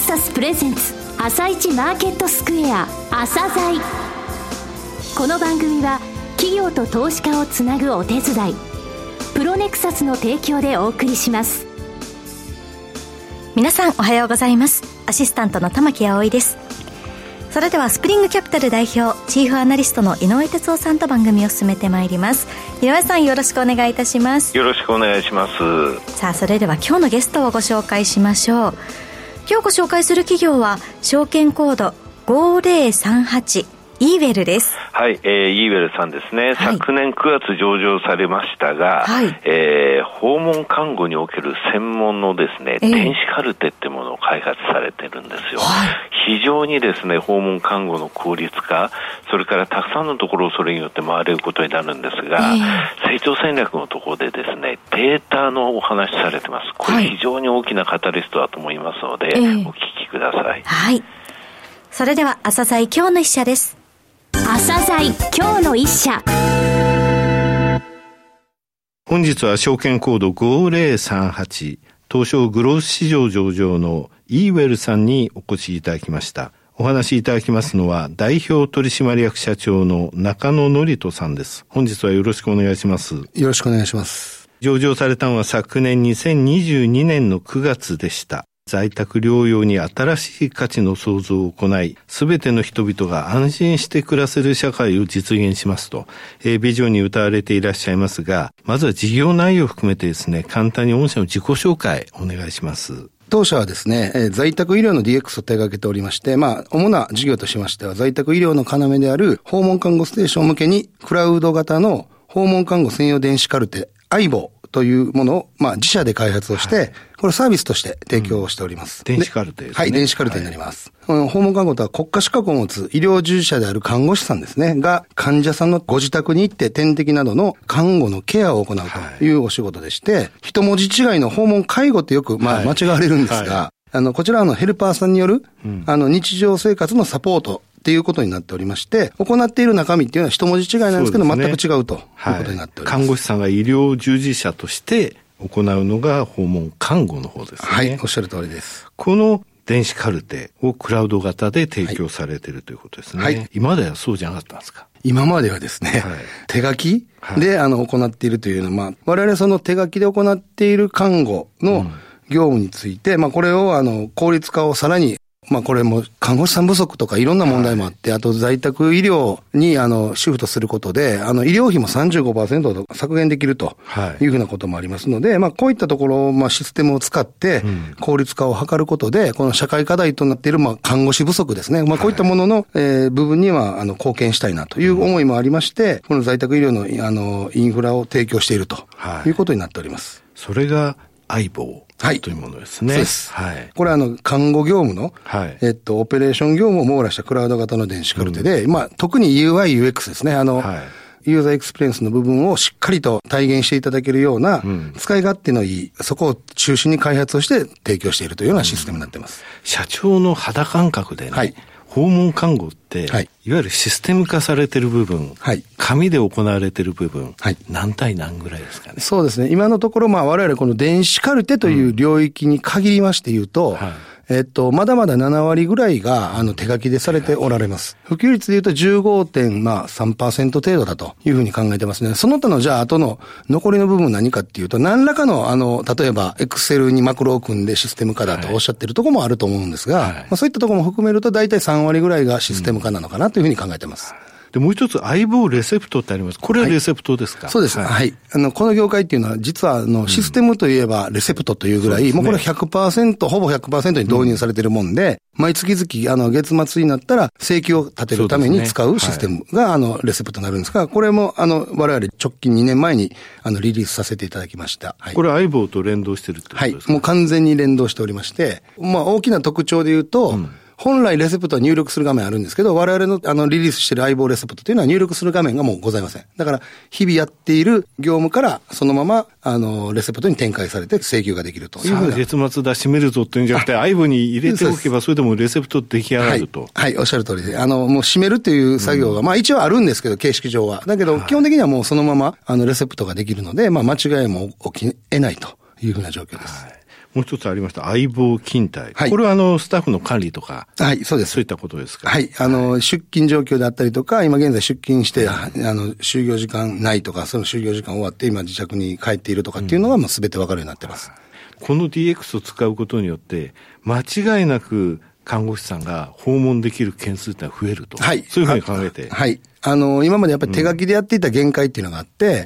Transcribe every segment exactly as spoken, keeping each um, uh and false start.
サスプレゼンツ朝一マーケットスクエア朝鮮。この番組は企業と投資家をつなぐお手伝いプロネクサスの提供でお送りします。 皆さんおはようございます。アシスタントの玉木葵です。それではスプリングキャピタル代表チーフアナリストの井上哲夫さんと番組を進めてまいります。井上さん、よろしくお願いいたします。 よろしくお願いします。 さあ、それでは今日のゲストをご紹介しましょう。今日ご紹介する企業は証券コードごぜろさんはちイーウェルです。 はい、えー、イーウェルさんですね、はい、昨年くがつ上場されましたが、はい、えー、訪問看護における専門のですね、えー、電子カルテってものを開発されてるんですよ、はい、非常にですね訪問看護の効率化、それからたくさんのところをそれによって回れることになるんですが、えー、成長戦略のところでですねデータのお話されてます。これ非常に大きなカタリストだと思いますので、えー、お聞きください。 はい、それでは朝鮮今日の一社です。 朝鮮今日の一社。 本日は証券コードごぜろさんはち東証グロース市場上場のイーウェルさんにお越しいただきました。お話しいただきますのは代表取締役社長の中野典人さんです。本日はよろしくお願いします。 よろしくお願いします。 上場されたのは昨年にせんにじゅうにねんのくがつでした。在宅療養に新しい価値の創造を行い、すべての人々が安心して暮らせる社会を実現しますと、えー、ビジョンに謳われていらっしゃいますが、まずは事業内容を含めてですね、簡単に御社の自己紹介お願いします。 当社はですね、えー、在宅医療の ディーエックス を手掛けておりまして、まあ、主な事業としましては、在宅医療の要である訪問看護ステーション向けに、クラウド型の訪問看護専用電子カルテ、アイボーというものを、まあ、自社で開発をして、はい、これサービスとして提供しております。 うん、電子カルテですね。 はい、電子カルテになります。はい、訪問看護とは国家資格を持つ医療従事者である看護師さんですね、が患者さんのご自宅に行って点滴などの看護のケアを行うというお仕事でして、はい、一文字違いの訪問介護ってよく、まあ、間違われるんですが、はいはい、あの、こちらはあのヘルパーさんによる、うん、あの、日常生活のサポート、っていうことになっておりまして、行っている中身っていうのは一文字違いなんですけど、ね、全く違うということになっております。 はい、看護師さんが医療従事者として行うのが訪問看護の方ですね。 はい、おっしゃる通りです。 この電子カルテをクラウド型で提供されているということですね。はい、今まではそうじゃなかったんですか？ 今まではですね、はい、手書きで、はい、あの行っているというのは、まあ、我々その手書きで行っている看護の業務について、うん、まあこれをあの効率化をさらにまあこれも看護師さん不足とかいろんな問題もあって、はい、あと在宅医療にあのシフトすることで、あの医療費も さんじゅうごパーセント 削減できるというふうなこともありますので、はい、まあこういったところをまあシステムを使って効率化を図ることで、この社会課題となっているまあ看護師不足ですね。まあこういったものの、えー、部分にはあの貢献したいなという思いもありまして、この在宅医療のあのインフラを提供しているということになっております。 はい、それが相棒。はい。というものですね。 そうです。 はい。 これはあの、看護業務の、はい。えっと、オペレーション業務を網羅したクラウド型の電子カルテで、うん、まあ、特に ユーアイ、ユーエックス ですね。あの、はい、ユーザーエクスペリエンスの部分をしっかりと体現していただけるような、うん、使い勝手のいい、そこを中心に開発をして提供しているというようなシステムになっています。 うん、社長の肌感覚でね、はい。訪問看護って、はい、いわゆるシステム化されてる部分、はい、紙で行われてる部分、はい、何対何ぐらいですかね。 そうですね。今のところ、まあ我々この電子カルテという領域に限りまして言うと、うん、はい、えっと、まだまだななわりぐらいが、あの、手書きでされておられます。普及率で言うと じゅうごてんさんパーセント 程度だというふうに考えてますね。その他の、じゃあ、後の残りの部分何かっていうと、何らかの、あの、例えば、Excel にマクロを組んでシステム化だとおっしゃってるところもあると思うんですが、はい、まあ、そういったところも含めると、大体さんわりぐらいがシステム化なのかなというふうに考えてます。うん、 で、もう一つ、相棒レセプトってあります。これはレセプトですか？ はい、そうです。はい。はい、あの、この業界っていうのは、実は、あの、システムといえばレセプトというぐらい、うん、もうこれ ひゃくパーセント、ほぼ ひゃくパーセント に導入されているもんで、うん、毎月々、あの、月末になったら、請求を立てるために使うシステムが、ね、はい、あの、レセプトになるんですが、これも、あの、我々直近にねんまえに、あの、リリースさせていただきました。はい、これ、相棒と連動してるってことですか？ はい。もう完全に連動しておりまして、まあ、大きな特徴で言うと、うん、本来レセプトは入力する画面あるんですけど、我々のあのリリースしている相棒レセプトというのは入力する画面がもうございません。だから日々やっている業務からそのままあのレセプトに展開されて請求ができるというふうな。 月末出しめるぞっていうんじゃなくて、相棒に入れておけばそれでもレセプト出来上がると。 はい、はい、おっしゃる通りで、あのもう締めるという作業が、うん、まあ一応あるんですけど形式上は、だけど基本的にはもうそのままあのレセプトができるので、まあ間違いも起き得ないというふうな状況です。はい、 もう一つありました相棒勤怠、 はい、 これはあのスタッフの管理とか、 はい、そうです。 そういったことですか。 はい、あの、はい、出勤状況であったりとか、今現在出勤して、あの就業時間ないとか、その就業時間終わって今自宅に帰っているとかっていうのがもう全て分かるようになってます。 うん、この ディーエックス を使うことによって間違いなく看護師さんが訪問できる件数ってのは増えると、はい、そういうふうに考えて、 はい。あの、今までやっぱり手書きでやっていた限界っていうのがあって、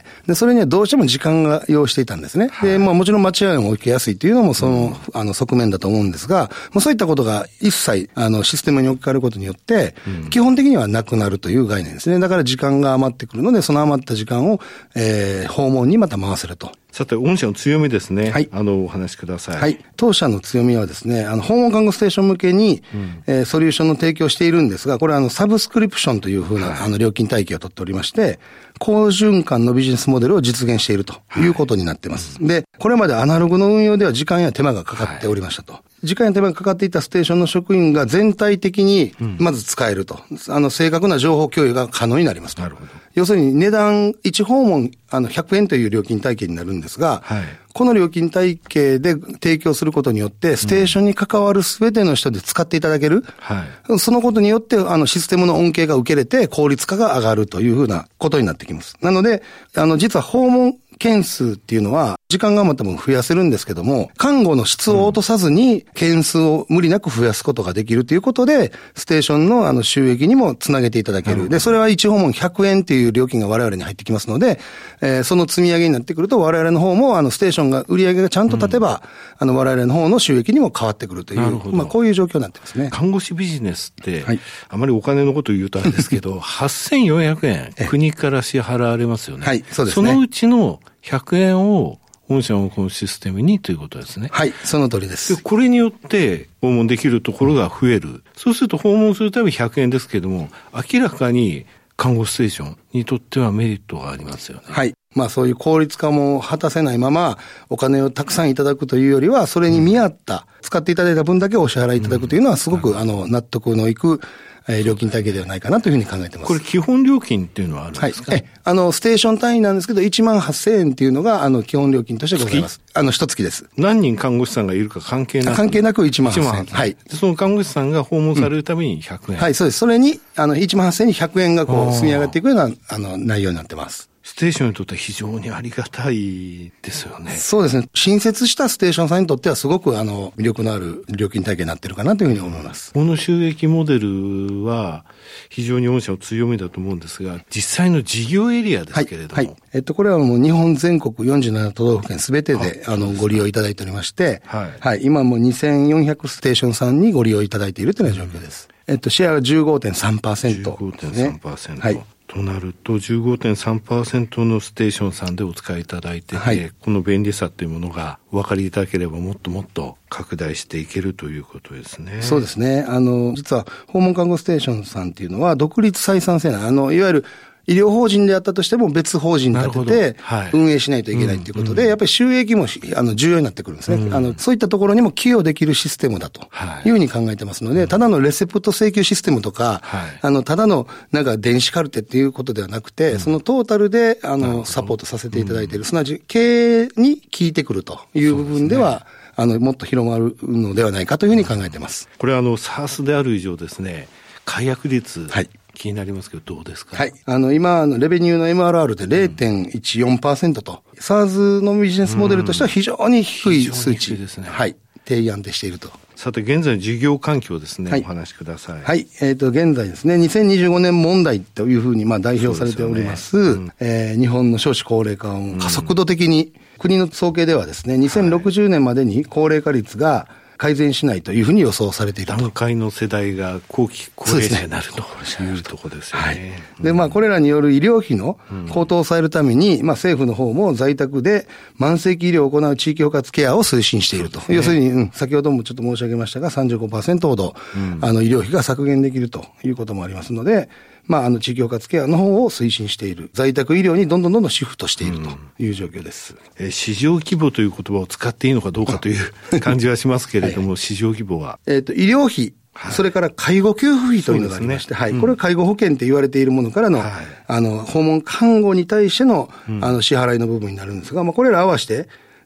うん、で、それにはどうしても時間が要していたんですね。はい、で、まあもちろん間違いも起きやすいというのもその、うん、あの、側面だと思うんですが、まあそういったことが一切、あの、システムに置き換えることによって、うん、基本的にはなくなるという概念ですね。だから時間が余ってくるので、その余った時間を、えー、訪問にまた回せると。 さて、御社の強みですね。はい。あの、お話しください。 はい。当社の強みはですね、あの、訪問看護ステーション向けに、うん、えー、ソリューションの提供をしているんですが、これはあの、サブスクリプションというふうな、はい、あの、料金体系を取っておりまして、好循環のビジネスモデルを実現しているということになっています。はい、で、これまでアナログの運用では時間や手間がかかっておりましたと。はい、時間や手間がかかっていたステーションの職員が全体的にまず使えると。うん、あの、正確な情報共有が可能になりますと。なるほど。要するに値段、いち訪問、あの、ひゃくえんという料金体系になるんですが、はい、この料金体系で提供することによって、ステーションに関わるすべての人で使っていただける。はい、そのことによって、あの、システムの恩恵が受けれて、効率化が上がるというふうなことになってきます。なので、あの、実は訪問件数っていうのは、時間が余った分増やせるんですけども、看護の質を落とさずに、件数を無理なく増やすことができるということで、ステーションのあの収益にもつなげていただける。で、それはいち訪問ひゃくえんっていう料金が我々に入ってきますので、えー、その積み上げになってくると、我々の方も、あの、ステーションが、売り上げがちゃんと立てば、うん、あの、我々の方の収益にも変わってくるという、まあ、こういう状況になってますね。 看護師ビジネスって、はい、あまりお金のことを言うとあれですけど、はっせんよんひゃくえん、国から支払われますよね。はい、そうですね。そのうちのひゃくえんを、御社のこのシステムにということですね。 はい、その通りです。 で、これによって訪問できるところが増える。うん、そうすると訪問するたびひゃくえんですけれども、明らかに看護ステーションにとってはメリットがありますよね。 はい。まあそういう効率化も果たせないままお金をたくさんいただくというよりは、それに見合った、うん、使っていただいた分だけお支払いいただくというのはすごく、うん、あの納得のいくえー、料金体系ではないかなというふうに考えています。 これ基本料金っていうのはあるんですか？はい。 え、あの、ステーション単位なんですけど、いちまんはっせんえんっていうのが、あの、基本料金としてございます。あの、一月です。 何人看護師さんがいるか関係なく？ 関係なくいちまんはっせんえん。はい。 その看護師さんが訪問されるためにひゃくえん。 うん、はい、そうです。それに、あの、いちまんはっせんえんにひゃくえんがこう、積み上がっていくような、あの、内容になってます。 ステーションにとっては非常にありがたいですよね。 そうですね。新設したステーションさんにとってはすごくあの魅力のある料金体系になっているかなというふうに思います。 この収益モデルは非常に御社の強みだと思うんですが、実際の事業エリアですけれども。はい。はい、 えっと、これはもう日本全国よんじゅうなな都道府県すべてで、あの、ご利用いただいておりまして、はい。はい。今もうにせんよんひゃくステーションさんにご利用いただいているというような状況です。うん、えっと、シェアは じゅうごてんさんパーセント、ね。 じゅうごてんさんパーセント。 はい。 となると じゅうごてんさんパーセント のステーションさんでお使いいただいてて、はい、この便利さというものがお分かりいただければもっともっと拡大していけるということですね。 そうですね。あの、実は訪問看護ステーションさんっていうのは独立採算性ない、あの、いわゆる医療法人であったとしても別法人に立てて運営しないといけないということで、はい、やっぱり収益もあの重要になってくるんですね、うん。あのそういったところにも寄与できるシステムだというふうに考えてますので、はい、ただのレセプト請求システムとか、はい、あのただのなんか電子カルテっていうことではなくて、うん、そのトータルであのサポートさせていただいている、うん、すなわち経営に効いてくるという部分では、あのもっと広まるのではないかというふうに考えています。 これはあの SaaS である以上ですね、解約率、はい、気になりますけどどうですか？ はい。あの、今、あの、レベニューの エムアールアール で れいてんいちよんパーセント と、うん、SaaS のビジネスモデルとしては非常に低い数値。ですね。はい。提案でしていると。 さて、現在の事業環境ですね。はい、お話しください。 はい。えっ、ー、と、現在ですね、にせんにじゅうごねん問題というふうに、まあ、代表されております、すね、うん、えー、日本の少子高齢化を加速度的に、うん、国の統計ではですね、にせんろくじゅうねんまでに高齢化率が、改善しないというふうに予想されていると。 段階の世代が後期高齢者になるというところですよね。はい。 で、まあ、これらによる医療費の高騰を抑えるために、うん、まあ、政府の方も在宅で慢性期医療を行う地域包括ケアを推進していると。ね、要するに、うん、先ほどもちょっと申し上げましたが、さんじゅうごパーセント ほど、うん、あの、医療費が削減できるということもありますので、まあ、あの、地域包括ケアの方を推進している。在宅医療にどんどんどんどんシフトしているという状況です。 うん、えー、市場規模という言葉を使っていいのかどうかという感じはしますけれども、はい、市場規模は。 えっ、ー、と、医療費、はい、それから介護給付費というのがありまして、ね、はい、うん。これは介護保険って言われているものからの、はい、あの、訪問看護に対しての、うん、あの、支払いの部分になるんですが、まあ、これら合わせて、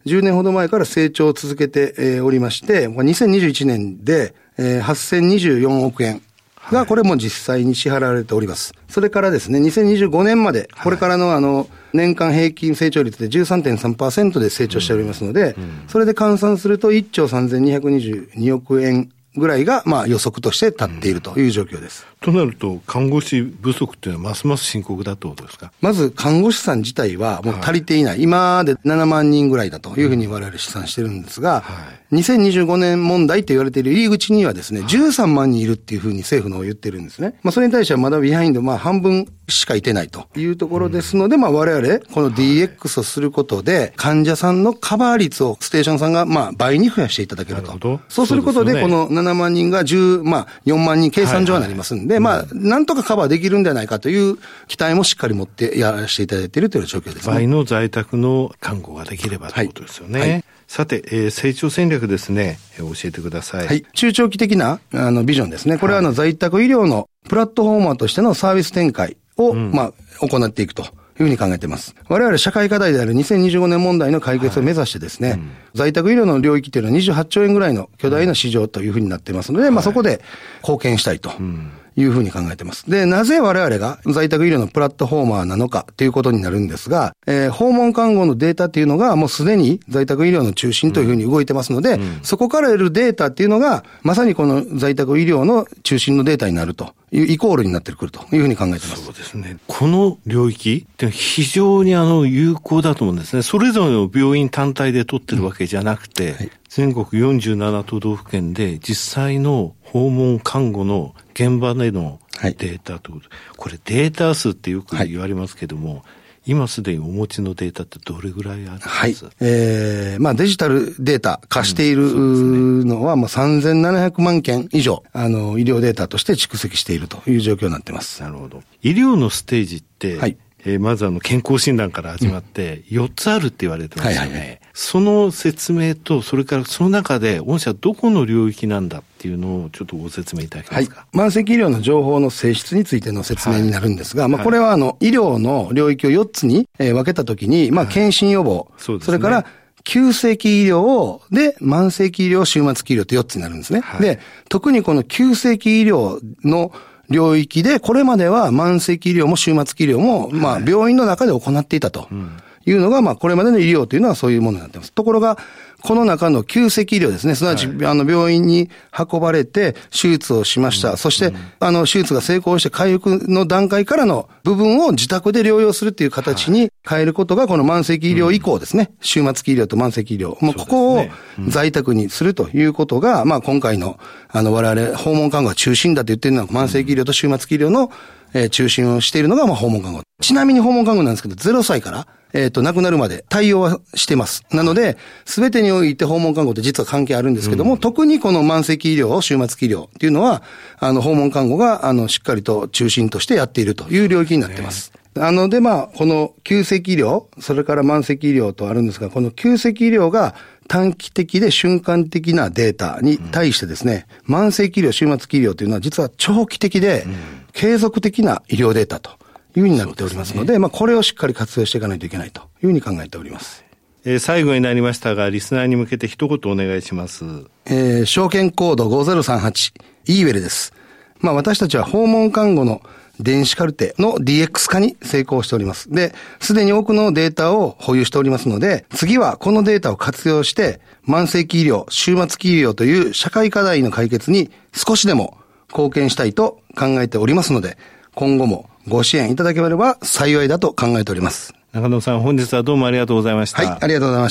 じゅうねんほど前から成長を続けて、えー、おりまして、にせんにじゅういちねんで、えー、はっせんにじゅうよんおくえんが、これも実際に支払われております。それからですね、にせんにじゅうごねんまで、これからのあの、年間平均成長率で じゅうさんてんさんパーセント で成長しておりますので、うんうん、それで換算するといっちょうさんぜんにひゃくにじゅうにおくえんぐらいが、まあ予測として立っているという状況です。 うん、となると、看護師不足っていうのはますます深刻だということですか？ まず、看護師さん自体はもう足りていない。はい、今でななまんにんぐらいだというふうに我々試算してるんですが、はい、にせんにじゅうごねん問題と言われている入り口にはですね、じゅうさんまんにんいるっていうふうに政府の方言ってるんですね。まあそれに対してはまだビハインド、まあ半分しかいてないというところですので、うん、まあ我々、この ディーエックス をすることで、患者さんのカバー率をステーションさんがまあ倍に増やしていただけると。なるほど。そうすることで、このななまんにんがじゅう、まあよんまんにん計算上はなりますんで、はいはい、まあなんとかカバーできるんではないかという期待もしっかり持ってやらせていただいているという状況ですね。 倍の在宅の看護ができればということですよね。はいはい、さて、えー、成長戦略ですね、えー、教えてください。 はい。中長期的なあのビジョンですね。これはあの在宅医療のプラットフォーマーとしてのサービス展開を、うん、まあ行っていくというふうに考えています。我々社会課題であるにせんにじゅうごねん問題の解決を目指してですね、はいうん、在宅医療の領域というのはにじゅうはっちょうえんぐらいの巨大な市場というふうになっていますので、うん、まあそこで貢献したいと。うんいうふうに考えています。で、なぜ我々が在宅医療のプラットフォーマーなのかということになるんですが、えー、訪問看護のデータっていうのがもうすでに在宅医療の中心というふうに動いてますので、うん、そこから得るデータっていうのが、まさにこの在宅医療の中心のデータになるというイコールになってくるというふうに考えています。 そうですね。この領域って非常にあの有効だと思うんですね。それぞれの病院単体で取ってるわけじゃなくて、うんはい、全国よんじゅうななとどうふけんで実際の訪問看護の現場でのデータということ、はい、これデータ数ってよく言われますけども、はい、今すでにお持ちのデータってどれぐらいあるんですか？はい。 えー、まあデジタルデータ化しているのはもうさんぜんななひゃくまんけん以上、あの、医療データとして蓄積しているという状況になっています。 なるほど。医療のステージって、はい。えー、まずあの健康診断から始まってよっつあるって言われてますよね。はいはいはい、その説明と、それからその中で御社どこの領域なんだっていうのをちょっとご説明いただけますか？ はい。慢性期医療の情報の性質についての説明になるんですが、はい、まあこれはあの医療の領域をよっつに分けたときに、まあ検診予防、はい、そうですね、それから急性期医療で慢性期医療、終末期医療とよっつになるんですね。はい、で、特にこの急性期医療の領域で、これまでは慢性期医療も終末期医療も、まあ病院の中で行っていたというのが、まあこれまでの医療というのはそういうものになっています。ところが、この中の急性期医療ですね。すなわち、あの、病院に運ばれて、手術をしました。うん、そして、うん、あの、手術が成功して回復の段階からの部分を自宅で療養するっていう形に変えることが、この慢性期医療以降ですね。うん、終末期医療と慢性期医療。もうここを在宅にするということが、まあ、今回の、あの、我々、訪問看護が中心だと言っているのは、慢性期医療と終末期医療の、えー、中心をしているのが、まあ、訪問看護。ちなみに訪問看護なんですけど、ゼロさいから、えっと、亡くなるまで対応はしてます。なので、すべてにおいて訪問看護って実は関係あるんですけども、うん、特にこの慢性期医療、終末期医療っていうのは、あの、訪問看護が、あの、しっかりと中心としてやっているという領域になってます。なので、まあ、この急性期医療、それから慢性期医療とあるんですが、この急性期医療が短期的で瞬間的なデータに対してですね、うん、慢性期医療、終末期医療というのは実は長期的で、継続的な医療データと。いうふうになっておりますので、でね、まあこれをしっかり活用していかないといけないというふうに考えております。 えー、最後になりましたが、リスナーに向けて一言お願いします。 えー、証券コードごぜろさんはち、イーウェルです。まあ私たちは訪問看護の電子カルテの ディーエックス 化に成功しております。で、すでに多くのデータを保有しておりますので、次はこのデータを活用して、慢性期医療、終末期医療という社会課題の解決に少しでも貢献したいと考えておりますので、今後もご支援いただければ幸いだと考えております。 中野さん、本日はどうもありがとうございました。 はい、ありがとうございました。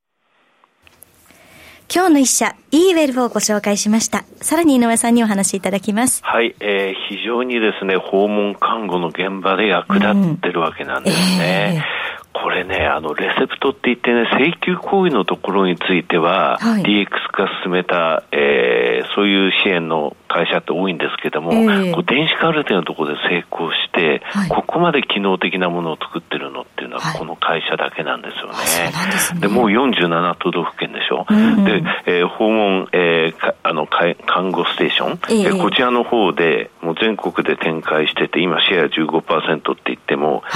今日の一社、イーウェルをご紹介しました。さらに井上さんにお話しいただきます。 はい、えー、非常にですね、訪問看護の現場で役立ってるわけなんですね。うんえーこれね、あの、レセプトって言ってね、請求行為のところについては、はい、ディーエックス 化進めた、えー、そういう支援の会社って多いんですけども、えー、こう電子カルテのところで成功して、はい、ここまで機能的なものを作ってるのっていうのは、この会社だけなんですよね。はい、そうなんですね。で、もうよんじゅうななとどうふけんでしょ。うん、で、えー、訪問、えー、あの、看護ステーション、えー、こちらの方で、もう全国で展開してて、今シェア じゅうごパーセント って言っても、はい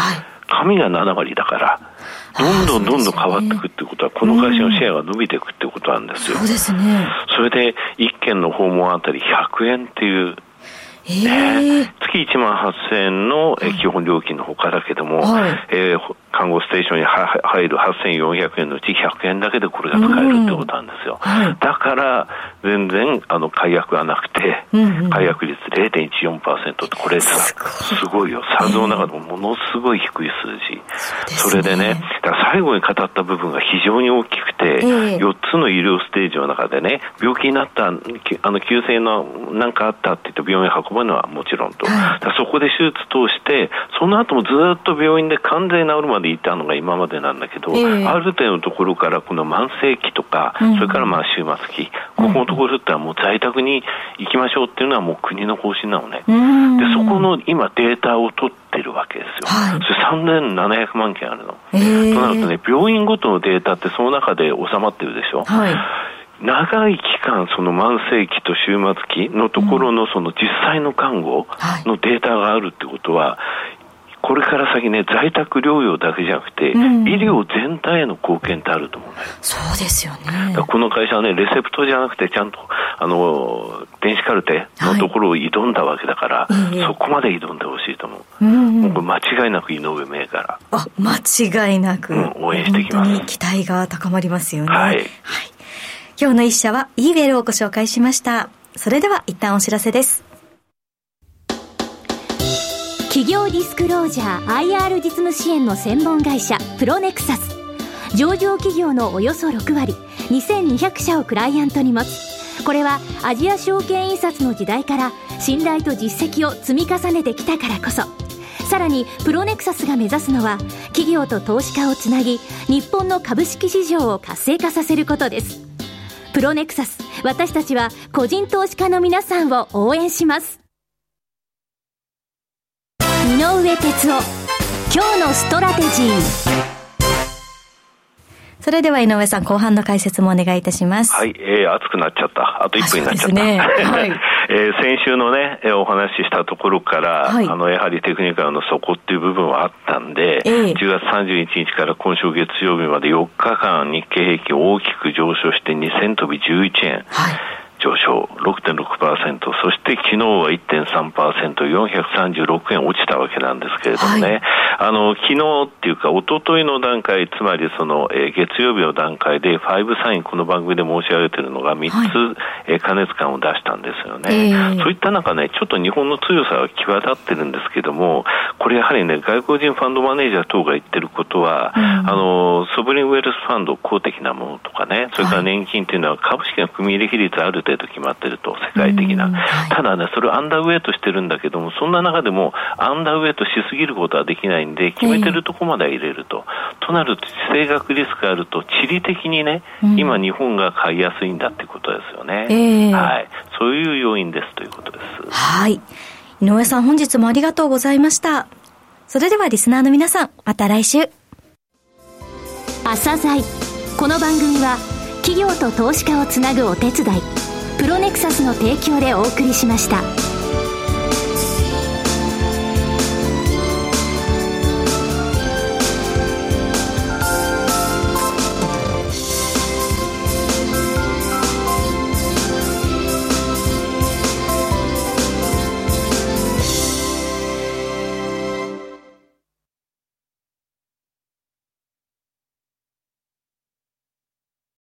紙がななわりだから、どんどんどんどん変わっていくってことは、この会社のシェアが伸びていくってことなんですよ。 そうですね。 それでいっけんの訪問あたりひゃくえんっていう、 えーね、月いちまんはっせんえんの基本料金のほかだけども、はい、えー、看護ステーションに入るはっせんよんひゃくえんのうちひゃくえんだけでこれが使えるってことなんですよ。うん、はい、だから全然あの解約がなくて、うんうん、解約率 れいてんいちよんパーセント ってこれさすごいよ。サーズの中でもものすごい低い数字。えー、それでね、だから最後に語った部分が非常に大きくて、えー、よっつの医療ステージの中でね、病気になった、あの急性のなんかあったって言って病院に運ぶのはもちろんと、はい、だそこで手術通してその後もずっと病院で完全に治るまでいたのが今までなんだけど、えー、ある程度のところからこの慢性期とか、うん、それからまあ終末期、ここのところってはもう在宅に行きましょうっていうのはもう国の方針なのね。でそこの今データを取ってるわけですよ。はい、それさんぜんななひゃくまんけんあるの。えー、となるとね、病院ごとのデータってその中で収まってるでしょ。はい、長い期間その慢性期と終末期のところのその実際の看護のデータがあるってことは、これから先ね、在宅療養だけじゃなくて、うん、医療全体への貢献ってあると思うんだよ。 そうですよね。 だこの会社はね、レセプトじゃなくてちゃんとあの電子カルテのところを挑んだわけだから、はい、そこまで挑んでほしいと思う。うんうん、もうこれ間違いなく井上銘柄。 あ、間違いなく、うん、 応援していきます。 本当に期待が高まりますよね。 はい。はい、 今日の一社はイーウェルをご紹介しました。それでは一旦お知らせです。 企業ディスクロージャー アイアール 実務支援の専門会社プロネクサス。上場企業のおよそろくわり、にせんにひゃくしゃをクライアントに持つ。これはアジア証券印刷の時代から信頼と実績を積み重ねてきたからこそ。さらにプロネクサスが目指すのは、企業と投資家をつなぎ、日本の株式市場を活性化させることです。プロネクサス、私たちは個人投資家の皆さんを応援します。井上哲夫、今日のストラテジー。 それでは井上さん、後半の解説もお願いいたします。 はい、えー、熱くなっちゃった。あといっぷんになっちゃった。ね、はい、えー、先週のね、お話ししたところから、はい、あのやはりテクニカルの底っていう部分はあったんで、えー、じゅうがつさんじゅういちにちから今週月曜日までよっかかん日経平均大きく上昇してにせんとびじゅういちえん。はい、上昇 ろくてんろくパーセント、そして昨日は いってんさんパーセント、よんひゃくさんじゅうろくえん落ちたわけなんですけれどもね、はい、あの昨日っていうか一昨日の段階、つまりその、えー、月曜日の段階でごサイン、この番組で申し上げているのがみっつ、はい、えー、過熱感を出したんですよね、えー、そういった中ね、ちょっと日本の強さが際立ってるんですけども、これやはりね、外国人ファンドマネージャー等が言ってることは、うん、あのソブリンウェルスファンド公的なものとかね、それから年金っていうのは株式の組入れ比率ある程度決まってると、世界的な、はい、ただね、それをアンダーウェイトしてるんだけども、そんな中でもアンダーウェイトしすぎることはできないんで、決めてるとこまでは入れると、えー、となると地政学リスクがあると、地理的にね、うん、今日本が買いやすいんだってことですよね、えー、はい、そういう要因ですということです。 はい、井上さん、本日もありがとうございました。それではリスナーの皆さん、また来週。 朝鮮、この番組は企業と投資家をつなぐお手伝い、プロネクサスの提供でお送りしました。